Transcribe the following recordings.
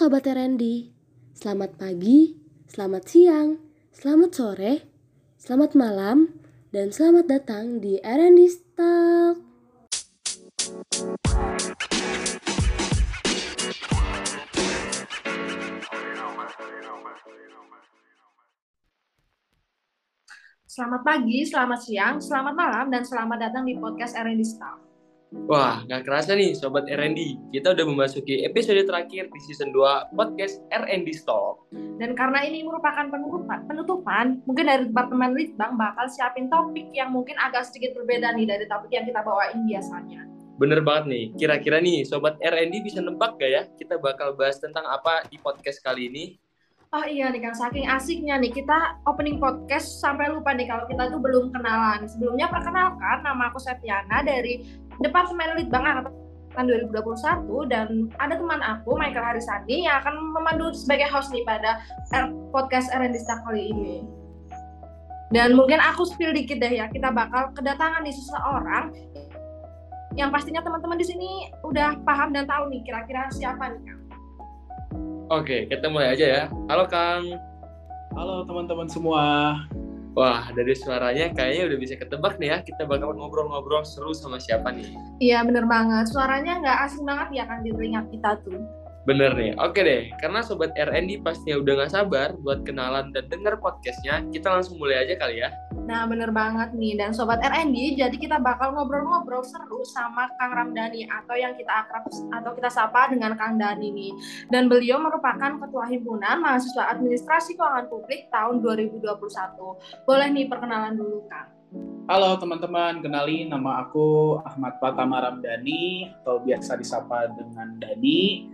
Sobat RND, selamat pagi, selamat siang, selamat sore, selamat malam, dan selamat datang di RND Talk. Selamat pagi, selamat siang, selamat malam, dan selamat datang di podcast RND Talk. Wah, gak kerasa nih Sobat RND, kita udah memasuki episode terakhir di season 2 podcast RND Talk. Dan karena ini merupakan penutupan, mungkin dari Departemen Litbang bakal siapin topik yang mungkin agak sedikit berbeda nih dari topik yang kita bawain biasanya. Bener banget nih, kira-kira nih Sobat RND bisa nebak gak ya kita bakal bahas tentang apa di podcast kali ini? Oh iya nih Kang, saking asiknya nih kita opening podcast sampai lupa nih kalau kita tuh belum kenalan. Sebelumnya perkenalkan, nama aku Septiana dari Departemen Litbang Angkatan 2021 dan ada teman aku Michael Harisandi yang akan memandu sebagai host nih pada podcast RND Talk kali ini. Dan mungkin aku spill dikit deh ya, kita bakal kedatangan nih seseorang yang pastinya teman-teman di sini udah paham dan tahu nih kira-kira siapa nih Kang. Oke, kita mulai aja ya. Halo Kang. Halo teman-teman semua. Wah, dari suaranya kayaknya udah bisa ketebak nih ya, kita bakal ngobrol-ngobrol seru sama siapa nih. Iya bener banget, suaranya nggak asing banget ya kan di telinga kita tuh. Bener nih, oke deh, karena Sobat RND pastinya udah gak sabar buat kenalan dan denger podcastnya, kita langsung mulai aja kali ya. Nah bener banget nih, dan Sobat RND, jadi kita bakal ngobrol-ngobrol seru sama Kang Ramdhani atau yang kita akrab atau kita sapa dengan Kang Dhani nih. Dan beliau merupakan Ketua Himpunan Mahasiswa Administrasi Keuangan Publik tahun 2021. Boleh nih perkenalan dulu Kang. Halo teman-teman, kenalin nama aku Ahmad Pratama Ramdhani atau biasa disapa dengan Dhani.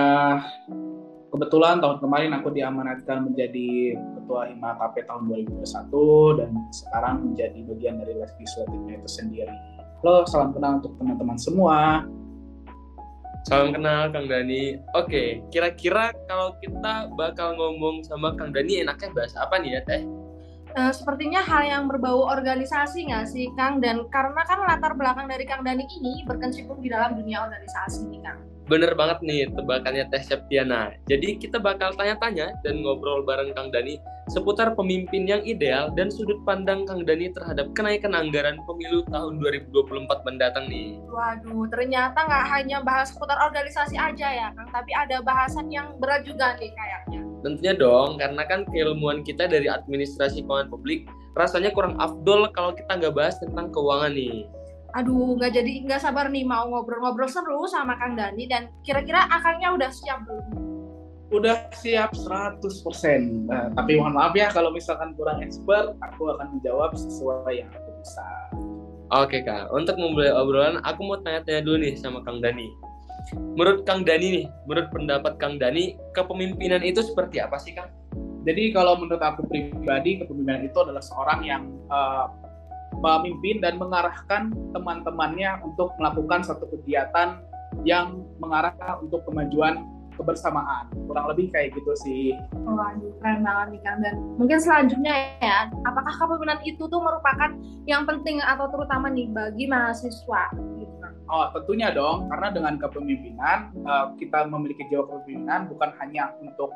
Kebetulan tahun kemarin aku diamanatkan menjadi Ketua Hima KP tahun 2021 dan sekarang menjadi bagian dari legislatifnya itu sendiri. Halo, salam kenal untuk teman-teman semua. Salam kenal Kang Dhani. Oke, kira-kira kalau kita bakal ngomong sama Kang Dhani enaknya bahas apa nih ya Teh? Sepertinya hal yang berbau organisasi nggak sih Kang? Dan karena kan latar belakang dari Kang Dhani ini berkecimpung di dalam dunia organisasi nih Kang. Bener banget nih tebakannya Teh Septiana. Jadi kita bakal tanya-tanya dan ngobrol bareng Kang Dhani seputar pemimpin yang ideal dan sudut pandang Kang Dhani terhadap kenaikan anggaran pemilu tahun 2024 mendatang nih. Waduh, ternyata nggak hanya bahas seputar organisasi aja ya Kang, tapi ada bahasan yang berat juga nih kayaknya. Tentunya dong, karena kan keilmuan kita dari administrasi keuangan publik rasanya kurang afdol kalau kita nggak bahas tentang keuangan nih. Aduh, nggak sabar nih mau ngobrol-ngobrol seru sama Kang Dhani dan kira-kira akangnya udah siap belum? Udah siap 100%. Tapi mohon maaf ya kalau misalkan kurang expert, aku akan menjawab sesuai yang aku bisa. Oke Kak, untuk memulai obrolan aku mau tanya-tanya dulu nih sama Kang Dhani. Menurut Kang Dhani nih, menurut pendapat Kang Dhani, kepemimpinan itu seperti apa sih Kang? Jadi kalau menurut aku pribadi, kepemimpinan itu adalah seorang yang memimpin dan mengarahkan teman-temannya untuk melakukan satu kegiatan yang mengarah untuk kemajuan kebersamaan. Kurang lebih kayak gitu sih. Waduh, keren banget nih Kang. Dan mungkin selanjutnya ya, apakah kepemimpinan itu tuh merupakan yang penting atau terutama nih bagi mahasiswa gitu Kang? Oh, tentunya dong, karena dengan kepemimpinan kita memiliki jiwa kepemimpinan bukan hanya untuk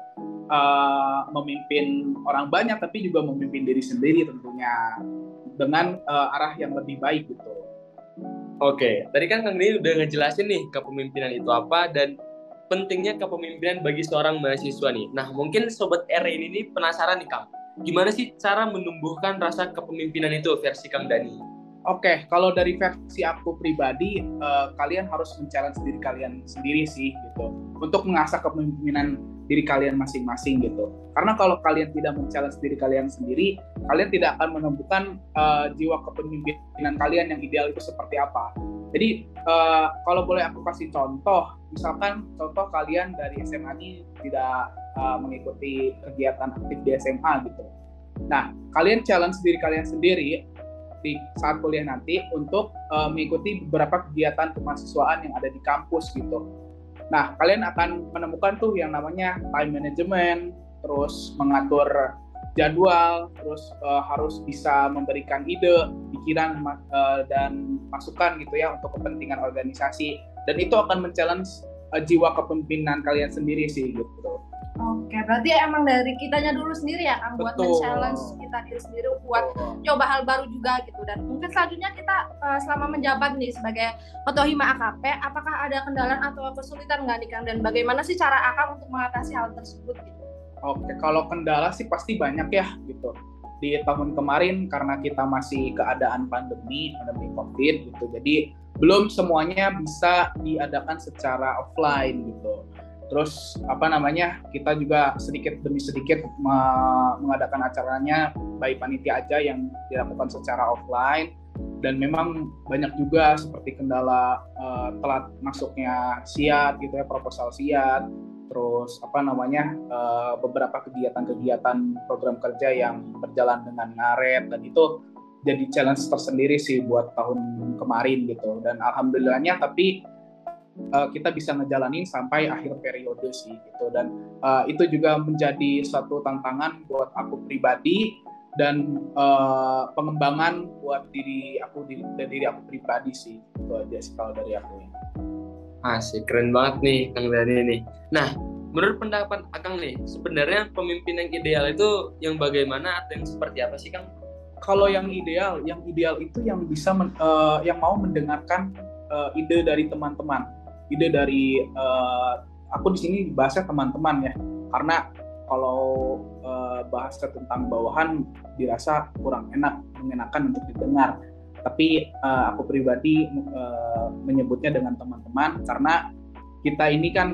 memimpin orang banyak, tapi juga memimpin diri sendiri tentunya dengan arah yang lebih baik gitu. Oke, tadi kan Kang Dhani udah ngejelasin nih kepemimpinan itu apa dan pentingnya kepemimpinan bagi seorang mahasiswa nih. Nah, mungkin Sobat RND ini penasaran nih Kang, gimana sih cara menumbuhkan rasa kepemimpinan itu versi Kang Dhani? Oke, kalau dari versi aku pribadi, kalian harus men-challenge diri kalian sendiri sih gitu, untuk mengasah kepemimpinan diri kalian masing-masing gitu. Karena kalau kalian tidak men-challenge diri kalian sendiri, kalian tidak akan menemukan jiwa kepemimpinan kalian yang ideal itu seperti apa. Jadi kalau boleh aku kasih contoh, misalkan contoh kalian dari SMA ini tidak mengikuti kegiatan aktif di SMA gitu. Nah, kalian challenge diri kalian sendiri di saat kuliah nanti untuk mengikuti beberapa kegiatan kemahasiswaan yang ada di kampus gitu. Nah, kalian akan menemukan tuh yang namanya time management, terus mengatur jadwal, terus harus bisa memberikan ide, pikiran dan masukan gitu ya untuk kepentingan organisasi. Dan itu akan men-challenge jiwa kepemimpinan kalian sendiri sih gitu. Oke, berarti emang dari kitanya dulu sendiri ya kan buat Betul. men-challenge kita diri sendiri buat coba hal baru juga gitu. Dan mungkin selanjutnya kita selama menjabat nih sebagai Ketua Hima AKP, apakah ada kendala atau kesulitan nggak nih Kang? Dan bagaimana sih cara Akang untuk mengatasi hal tersebut gitu? Oke, kalau kendala sih pasti banyak ya gitu. Di tahun kemarin karena kita masih keadaan pandemi COVID gitu, jadi belum semuanya bisa diadakan secara offline gitu. Terus kita juga sedikit demi sedikit mengadakan acaranya by panitia aja yang dilakukan secara offline, dan memang banyak juga seperti kendala telat masuknya SIAT gitu ya, proposal SIAT, terus beberapa kegiatan program kerja yang berjalan dengan ngaret, dan itu jadi challenge tersendiri sih buat tahun kemarin gitu. Dan alhamdulillahnya tapi kita bisa ngejalanin sampai akhir periode sih gitu. Dan itu juga menjadi suatu tantangan buat aku pribadi dan pengembangan buat diri aku pribadi sih. Itu aja sih kalau dari aku. Asik, keren banget nih Kang Dani nih. Nah, menurut pendapat Akang nih, sebenarnya pemimpin yang ideal itu yang bagaimana atau yang seperti apa sih Kang? Kalau yang ideal itu yang bisa yang mau mendengarkan ide dari teman-teman, ide dari aku di sini bahasnya teman-teman ya, karena kalau bahasa tentang bawahan dirasa kurang mengenakan untuk didengar. Tapi aku pribadi menyebutnya dengan teman-teman karena kita ini kan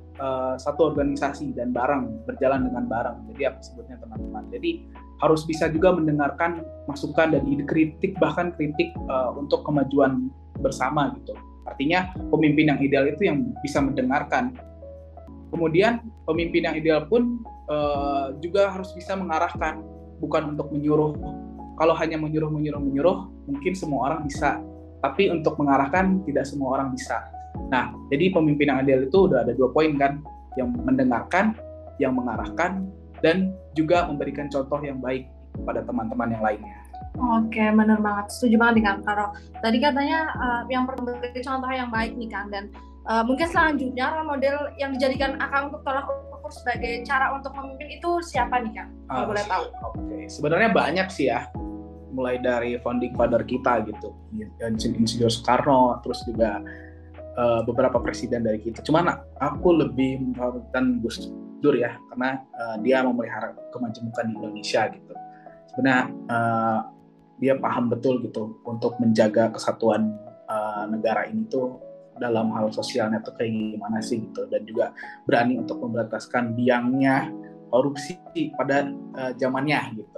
satu organisasi dan berjalan dengan bareng. Jadi aku sebutnya teman-teman. Jadi harus bisa juga mendengarkan masukan dan ide kritik, bahkan kritik untuk kemajuan bersama gitu. Artinya pemimpin yang ideal itu yang bisa mendengarkan. Kemudian pemimpin yang ideal pun juga harus bisa mengarahkan, bukan untuk menyuruh. Kalau hanya menyuruh, mungkin semua orang bisa. Tapi untuk mengarahkan, tidak semua orang bisa. Nah, jadi pemimpin yang ideal itu udah ada 2 poin kan, yang mendengarkan, yang mengarahkan, dan juga memberikan contoh yang baik kepada teman-teman yang lainnya. Oke, benar banget. Setuju banget nih Kang. Kalau tadi katanya yang perlu memberi contoh yang baik nih Kang, dan mungkin selanjutnya role model yang dijadikan Akang untuk tolak ukur sebagai cara untuk memimpin itu siapa nih Kang? Kalau boleh tahu. Oke, sebenarnya banyak sih ya. Mulai dari founding father kita gitu, Insinyur Soekarno, terus juga beberapa presiden dari kita. Cuman aku lebih mengharapkan Gus Dur ya, karena dia memelihara kemajemukan di Indonesia gitu. Sebenarnya dia paham betul gitu untuk menjaga kesatuan negara ini tuh dalam hal sosialnya tuh kayak gimana sih gitu, dan juga berani untuk memberantaskan biangnya korupsi pada zamannya gitu.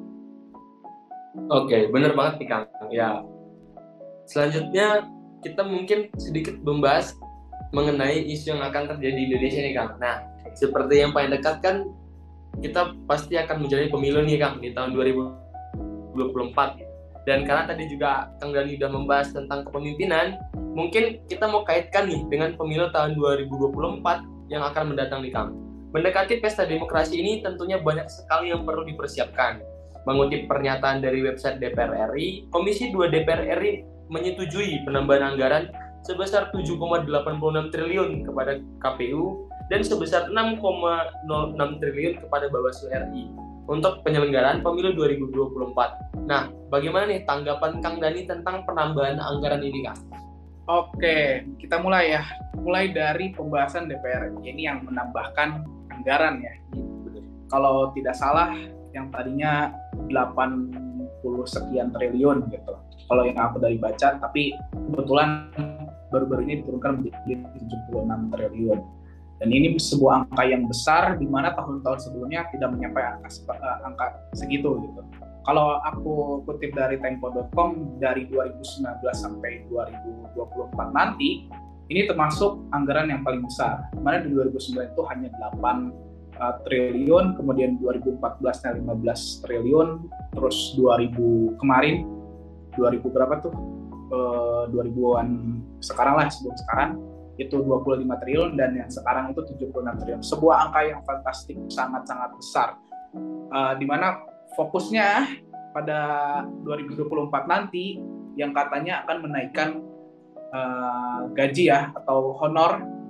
Oke, bener banget nih Kang. Ya, selanjutnya kita mungkin sedikit membahas mengenai isu yang akan terjadi di Indonesia nih Kang. Nah, seperti yang paling dekat kan kita pasti akan menjalani pemilu nih Kang di tahun 2024. Dan karena tadi juga Kang Dani sudah membahas tentang kepemimpinan, mungkin kita mau kaitkan nih dengan pemilu tahun 2024 yang akan mendatang nih Kang. Mendekati pesta demokrasi ini tentunya banyak sekali yang perlu dipersiapkan. Mengutip pernyataan dari website DPR RI, Komisi 2 DPR RI menyetujui penambahan anggaran sebesar 7,86 triliun kepada KPU dan sebesar 6,06 triliun kepada Bawaslu RI untuk penyelenggaraan pemilu 2024. Nah, bagaimana nih tanggapan Kang Dani tentang penambahan anggaran ini, Kang? Oke, kita mulai ya. Mulai dari pembahasan DPR ini yang menambahkan anggaran ya. Kalau tidak salah, yang tadinya 80 sekian triliun gitu. Kalau yang aku dari baca, tapi kebetulan baru-baru ini diturunkan menjadi 76 triliun. Dan ini sebuah angka yang besar di mana tahun-tahun sebelumnya tidak mencapai angka segitu gitu. Kalau aku kutip dari tempo.com, dari 2019 sampai 2024 nanti, ini termasuk anggaran yang paling besar. Dimana di 2009 itu hanya 8 triliun, kemudian 2014-nya 15 triliun, terus 2000 kemarin, 2000 berapa tuh? 2000-an sekarang lah, sebelum sekarang, itu 25 triliun, dan yang sekarang itu 76 triliun. Sebuah angka yang fantastik, sangat-sangat besar. Dimana fokusnya pada 2024 nanti, yang katanya akan menaikkan gaji ya, atau honor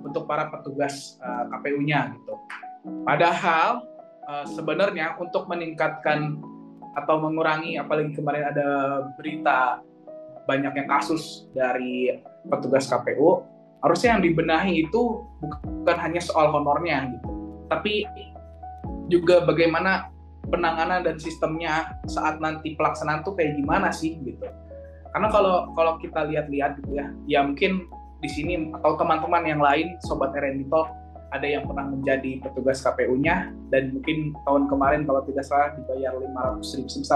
untuk para petugas KPU-nya gitu. Padahal sebenarnya untuk meningkatkan atau mengurangi, apalagi kemarin ada berita banyaknya kasus dari petugas KPU, harusnya yang dibenahi itu bukan hanya soal honornya gitu, tapi juga bagaimana penanganan dan sistemnya saat nanti pelaksanaan tuh kayak gimana sih gitu. Karena kalau kita lihat-lihat gitu ya mungkin di sini atau teman-teman yang lain sobat R&D Talk ada yang pernah menjadi petugas KPU-nya dan mungkin tahun kemarin kalau tidak salah dibayar 500.000, sebesar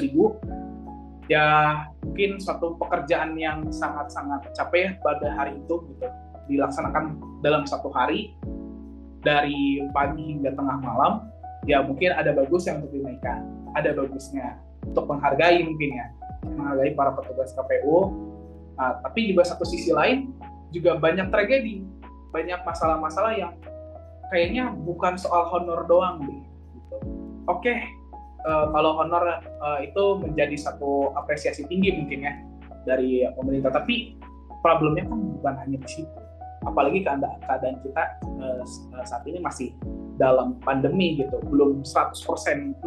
500.000. Ya mungkin suatu pekerjaan yang sangat-sangat capek pada hari itu gitu, dilaksanakan dalam satu hari dari pagi hingga tengah malam. Ya mungkin ada bagusnya untuk dinaikkan, ada bagusnya untuk menghargai mungkin ya, menghargai para petugas KPU. Tapi juga satu sisi lain juga banyak tragedi, banyak masalah-masalah yang kayaknya bukan soal honor doang deh. Gitu. Oke, kalau honor itu menjadi satu apresiasi tinggi mungkin ya dari pemerintah, tapi problemnya kan bukan hanya di situ. Apalagi keadaan kita saat ini masih dalam pandemi gitu, belum 100%, 0%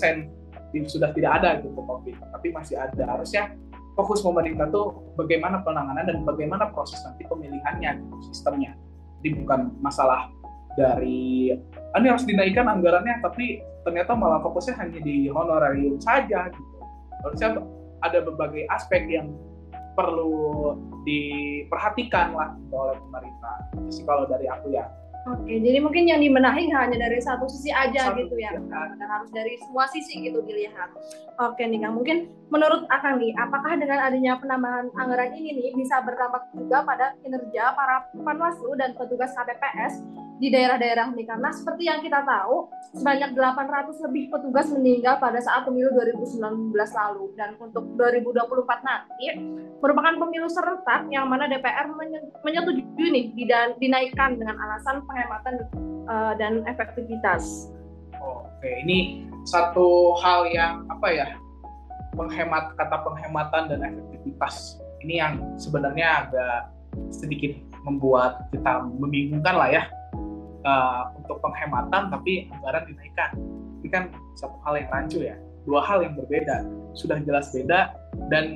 sudah tidak ada gitu COVID, tapi masih ada. Harusnya fokus pemerintah tuh bagaimana penanganan dan bagaimana proses nanti pemilihannya gitu, sistemnya. Jadi bukan masalah dari ini harus dinaikkan anggarannya, tapi ternyata malah fokusnya hanya di honorarium saja gitu. Harusnya ada berbagai aspek yang perlu diperhatikan lah gitu oleh pemerintah. Jadi kalau dari aku ya. Oke, jadi mungkin yang dibenahi nggak hanya dari satu sisi aja gitu ya, ya, dan harus dari semua sisi gitu dilihat. Oke nih Kang, mungkin menurut Akang nih, apakah dengan adanya penambahan anggaran ini nih bisa berdampak juga pada kinerja para Panwaslu dan petugas KPPS di daerah-daerah nih? Karena seperti yang kita tahu, sebanyak 800 lebih petugas meninggal pada saat pemilu 2019 lalu, dan untuk 2024 nanti merupakan pemilu serentak yang mana DPR menyetujui nih dinaikkan dengan alasan penghematan dan efektivitas. Oke, ini satu hal yang kata penghematan dan efektivitas ini yang sebenarnya agak sedikit membuat kita membingungkan lah ya. Untuk penghematan tapi anggaran dinaikkan, ini kan satu hal yang rancu ya, dua hal yang berbeda, sudah jelas beda. Dan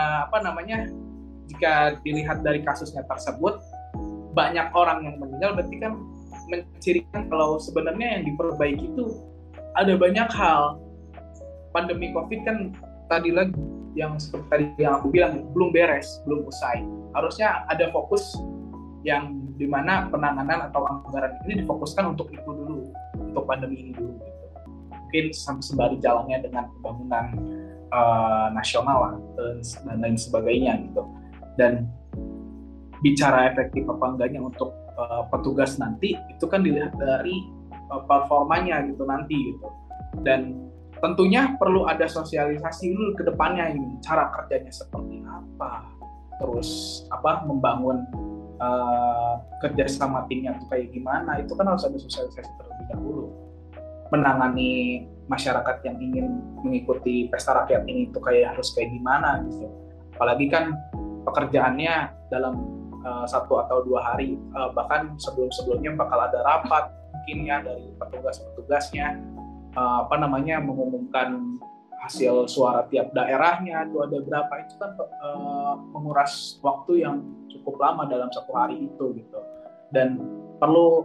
jika dilihat dari kasusnya tersebut, banyak orang yang meninggal, berarti kan mencirikan kalau sebenarnya yang diperbaiki itu ada banyak hal. Pandemi COVID kan tadi lagi yang seperti tadi yang aku bilang belum beres, belum usai. Harusnya ada fokus yang dimana penanganan atau anggaran ini difokuskan untuk itu dulu, untuk pandemi ini dulu gitu. Mungkin sembari jalannya dengan pembangunan nasional dan lain sebagainya gitu. Dan bicara efektif apa enggaknya untuk petugas nanti itu kan dilihat dari performanya gitu nanti gitu. Dan tentunya perlu ada sosialisasi dulu ke depannya ini, cara kerjanya seperti apa, terus membangun kerjasama timnya itu kayak gimana, itu kan harus ada sosialisasi terlebih dahulu. Menangani masyarakat yang ingin mengikuti pesta rakyat ini itu harus kayak gimana gitu. Apalagi kan pekerjaannya dalam 1 atau 2 hari, bahkan sebelum-sebelumnya bakal ada rapat mungkin ya dari petugas-petugasnya, mengumumkan hasil suara tiap daerahnya itu ada berapa, itu kan menguras waktu yang cukup lama dalam 1 hari itu gitu. Dan perlu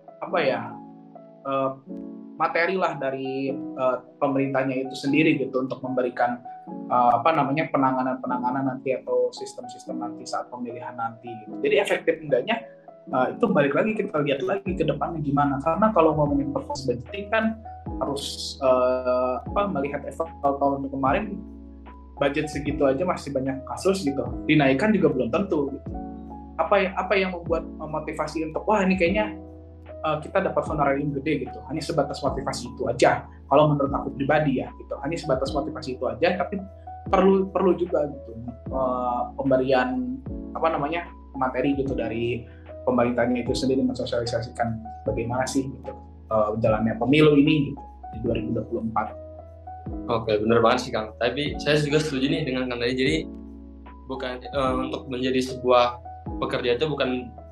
materi lah dari pemerintahnya itu sendiri gitu untuk memberikan penanganan nanti atau sistem-sistem nanti saat pemilihan nanti gitu. Jadi efektif enggaknya itu balik lagi kita lihat lagi ke depannya gimana, karena kalau ngomongin performance budgeting kan harus melihat tahun kemarin budget segitu aja masih banyak kasus gitu, dinaikkan juga belum tentu gitu. Apa yang membuat motivasi untuk wah ini kayaknya kita dapat honorarium gede gitu, hanya sebatas motivasi itu aja. Kalau menurut aku pribadi ya gitu, hanya sebatas motivasi itu aja, tapi perlu juga gitu pemberian materi gitu dari pemerintahnya itu sendiri, mensosialisasikan bagaimana sih gitu jalannya pemilu ini gitu, di 2024. Oke, benar banget sih Kang. Tapi saya juga setuju nih dengan Kang tadi. Jadi bukan untuk menjadi sebuah pekerja itu bukan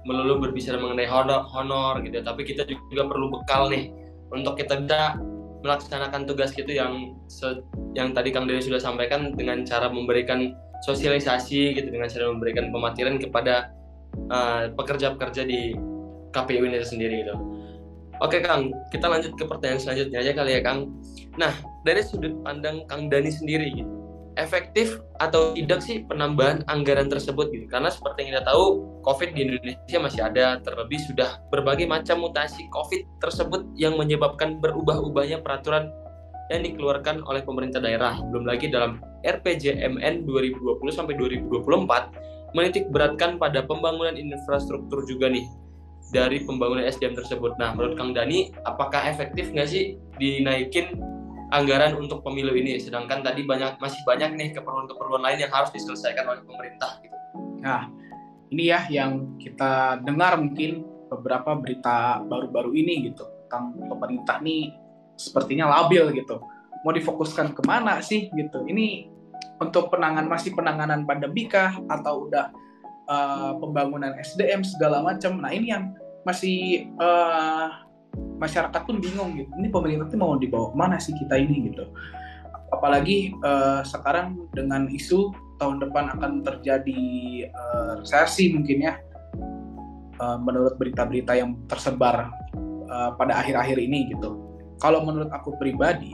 melulu berbicara mengenai honor gitu ya, tapi kita juga perlu bekal nih untuk kita bisa melaksanakan tugas gitu yang tadi Kang Dani sudah sampaikan, dengan cara memberikan sosialisasi gitu, dengan cara memberikan pemaparan kepada pekerja-pekerja di KPU ini sendiri gitu. Oke Kang, kita lanjut ke pertanyaan selanjutnya aja kali ya Kang. Nah, dari sudut pandang Kang Dani sendiri gitu, efektif atau tidak sih penambahan anggaran tersebut gitu? Karena seperti yang kita tahu, COVID di Indonesia masih ada, terlebih sudah berbagai macam mutasi COVID tersebut yang menyebabkan berubah-ubahnya peraturan yang dikeluarkan oleh pemerintah daerah. Belum lagi dalam RPJMN 2020 sampai 2024 menitik beratkan pada pembangunan infrastruktur juga nih dari pembangunan SDM tersebut. Nah, menurut Kang Dani, apakah efektif nggak sih dinaikin anggaran untuk pemilu ini? Sedangkan tadi masih banyak nih keperluan-keperluan lain yang harus diselesaikan oleh pemerintah gitu. Nah, ini ya yang kita dengar mungkin beberapa berita baru-baru ini gitu tentang pemerintah nih sepertinya labil gitu. Mau difokuskan kemana sih gitu? Ini untuk penanganan pandemi kah atau udah pembangunan SDM segala macam? Nah, ini yang masih masyarakat pun bingung gitu. Ini pemerintah tuh mau dibawa kemana sih kita ini gitu? Apalagi sekarang dengan isu tahun depan akan terjadi resesi mungkin ya, menurut berita-berita yang tersebar pada akhir-akhir ini gitu. Kalau menurut aku pribadi,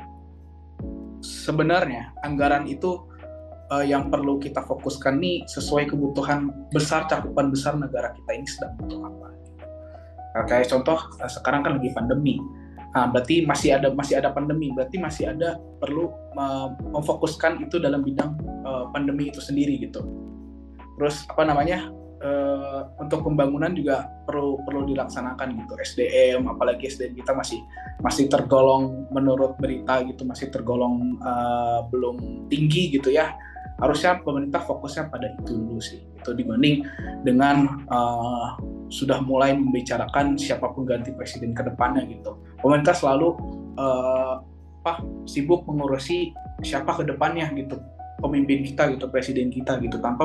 sebenarnya anggaran itu yang perlu kita fokuskan nih sesuai kebutuhan besar, cakupan besar negara kita ini sedang butuh apa. Nah, kayak contoh sekarang kan lagi pandemi. Nah, berarti masih ada pandemi, berarti masih ada perlu memfokuskan itu dalam bidang pandemi itu sendiri gitu. Terus untuk pembangunan juga perlu dilaksanakan gitu. SDM, apalagi SDM kita masih tergolong menurut berita gitu, masih tergolong belum tinggi gitu ya. Harusnya pemerintah fokusnya pada itu dulu sih, itu dibanding dengan sudah mulai membicarakan siapa pengganti presiden ke depannya gitu. Pemerintah selalu sibuk mengurusi siapa ke depannya gitu, pemimpin kita gitu, presiden kita gitu, tanpa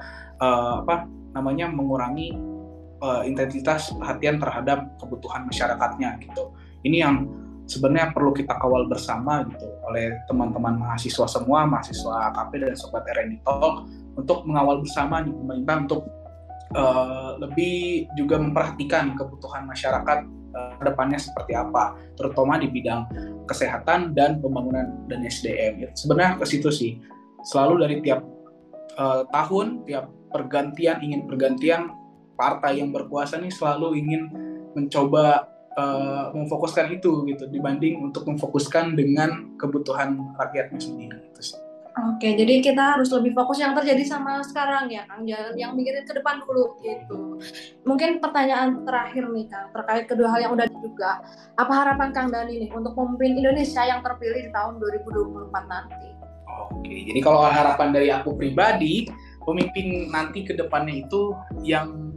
mengurangi intensitas perhatian terhadap kebutuhan masyarakatnya gitu. Ini yang sebenarnya perlu kita kawal bersama gitu oleh teman-teman mahasiswa semua, mahasiswa KP dan Sobat RND Talk, untuk mengawal bersama di pemerintah untuk lebih juga memperhatikan kebutuhan masyarakat depannya seperti apa, terutama di bidang kesehatan dan pembangunan dan SDM. Sebenarnya ke situ sih, selalu dari tiap tahun, tiap ingin pergantian partai yang berkuasa nih selalu ingin mencoba memfokuskan itu gitu, dibanding untuk memfokuskan dengan kebutuhan rakyatnya sendiri gitu sih. Oke, jadi kita harus lebih fokus yang terjadi sama sekarang ya Kang, jangan yang mikirin ke depan dulu gitu. Mungkin pertanyaan terakhir nih Kang, terkait kedua hal yang udah juga, apa harapan Kang Dani nih untuk memimpin Indonesia yang terpilih di tahun 2024 nanti? Oke, jadi kalau harapan dari aku pribadi, pemimpin nanti ke depannya itu yang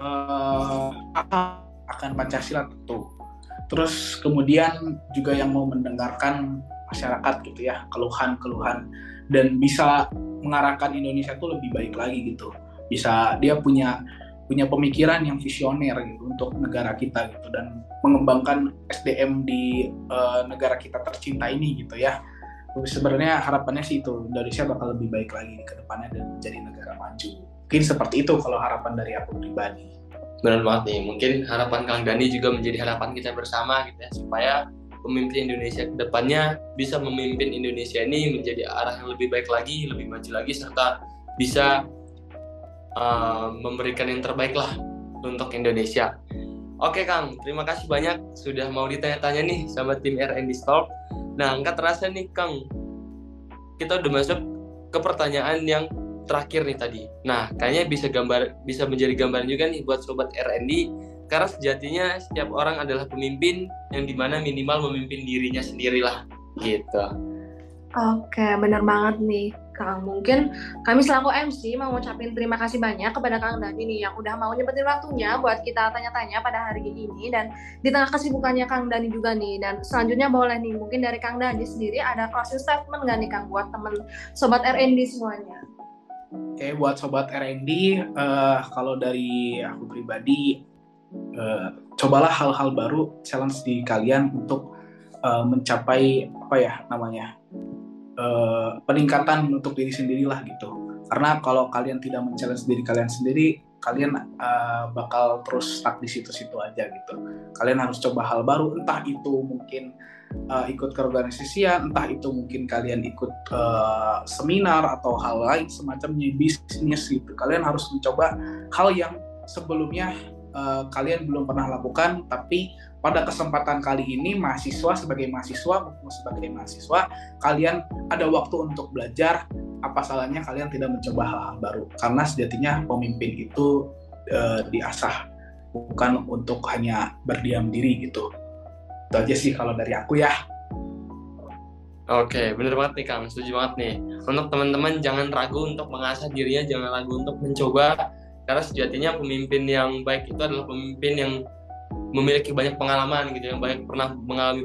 akan Pancasila tentu. Terus kemudian juga yang mau mendengarkan masyarakat gitu ya, keluhan-keluhan, dan bisa mengarahkan Indonesia tuh lebih baik lagi gitu. Bisa dia punya pemikiran yang visioner gitu untuk negara kita gitu, dan mengembangkan SDM di negara kita tercinta ini gitu ya. Sebenarnya harapannya sih itu, Indonesia bakal lebih baik lagi ke depannya dan menjadi negara maju. Mungkin seperti itu kalau harapan dari aku pribadi. Benar banget nih, mungkin harapan Kang Dani juga menjadi harapan kita bersama gitu ya, supaya pemimpin Indonesia ke depannya bisa memimpin Indonesia ini menjadi arah yang lebih baik lagi, lebih maju lagi, serta bisa memberikan yang terbaik lah untuk Indonesia. Oke Kang, terima kasih banyak sudah mau ditanya-tanya nih sama tim RND Talk. Nah, nggak terasa nih Kang, kita udah masuk ke pertanyaan yang terakhir nih tadi. Nah, kayaknya bisa menjadi gambaran juga nih buat Sobat RND, karena sejatinya setiap orang adalah pemimpin yang dimana minimal memimpin dirinya sendirilah gitu. Oke, benar banget nih Kang. Mungkin kami selaku MC mau ngucapin terima kasih banyak kepada Kang Dani nih yang udah mau nyempetin waktunya buat kita tanya-tanya pada hari ini, dan di tengah kesibukannya Kang Dani juga nih. Dan selanjutnya boleh nih mungkin dari Kang Dani sendiri ada closing statement nggak nih Kang buat teman Sobat RND semuanya? Oke, buat sobat R&D, kalau dari aku pribadi, cobalah hal-hal baru, challenge diri kalian untuk mencapai peningkatan untuk diri sendirilah gitu. Karena kalau kalian tidak men-challenge diri kalian sendiri, kalian bakal terus stuck di situ-situ aja gitu. Kalian harus coba hal baru, entah itu mungkin ikut keorganisasian, entah itu mungkin kalian ikut seminar atau hal lain semacamnya, bisnis gitu. Kalian harus mencoba hal yang sebelumnya kalian belum pernah lakukan, tapi pada kesempatan kali ini sebagai mahasiswa kalian ada waktu untuk belajar. Apa salahnya kalian tidak mencoba hal-hal baru, karena sejatinya pemimpin itu diasah, bukan untuk hanya berdiam diri gitu. Itu aja sih kalau dari aku ya. Oke, bener banget nih Kang, setuju banget nih. Untuk teman-teman jangan ragu untuk mengasah dirinya, jangan ragu untuk mencoba, karena sejatinya pemimpin yang baik itu adalah pemimpin yang memiliki banyak pengalaman gitu, yang banyak pernah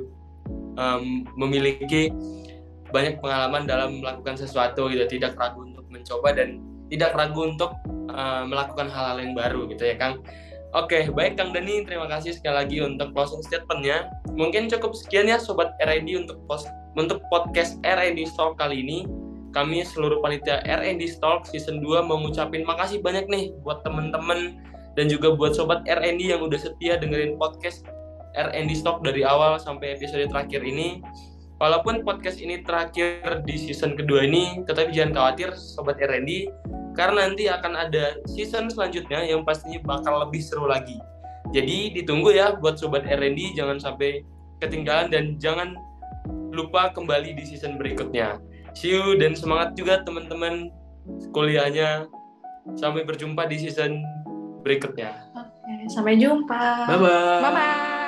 memiliki banyak pengalaman dalam melakukan sesuatu gitu, tidak ragu untuk mencoba dan tidak ragu untuk melakukan hal-hal yang baru gitu ya Kang. Oke, baik Kang Dani, terima kasih sekali lagi untuk closing statement-nya. Mungkin cukup sekian ya Sobat R&D untuk podcast R&D Talk kali ini. Kami seluruh panitia R&D Talk Season 2 mau ngucapin makasih banyak nih buat teman-teman dan juga buat Sobat R&D yang udah setia dengerin podcast R&D Talk dari awal sampai episode terakhir ini. Walaupun podcast ini terakhir di season kedua ini, tetapi jangan khawatir Sobat R&D, karena nanti akan ada season selanjutnya yang pastinya bakal lebih seru lagi. Jadi ditunggu ya buat Sobat R&D, jangan sampai ketinggalan dan jangan lupa kembali di season berikutnya. See you dan semangat juga teman-teman kuliahnya. Sampai berjumpa di season berikutnya. Oke, sampai jumpa. Bye-bye. Bye-bye.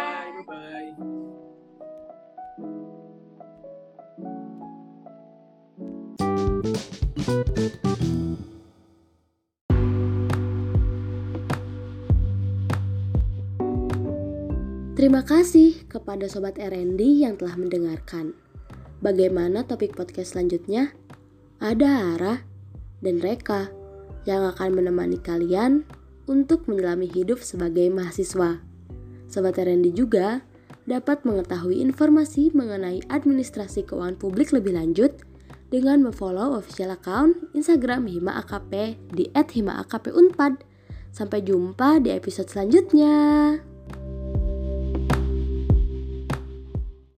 Terima kasih kepada Sobat R&D yang telah mendengarkan. Bagaimana topik podcast selanjutnya? Ada Ara dan Reka yang akan menemani kalian untuk menyelami hidup sebagai mahasiswa. Sobat R&D juga dapat mengetahui informasi mengenai administrasi keuangan publik lebih lanjut dengan memfollow official account Instagram Hima AKP di @himaakpunpad. Sampai jumpa di episode selanjutnya.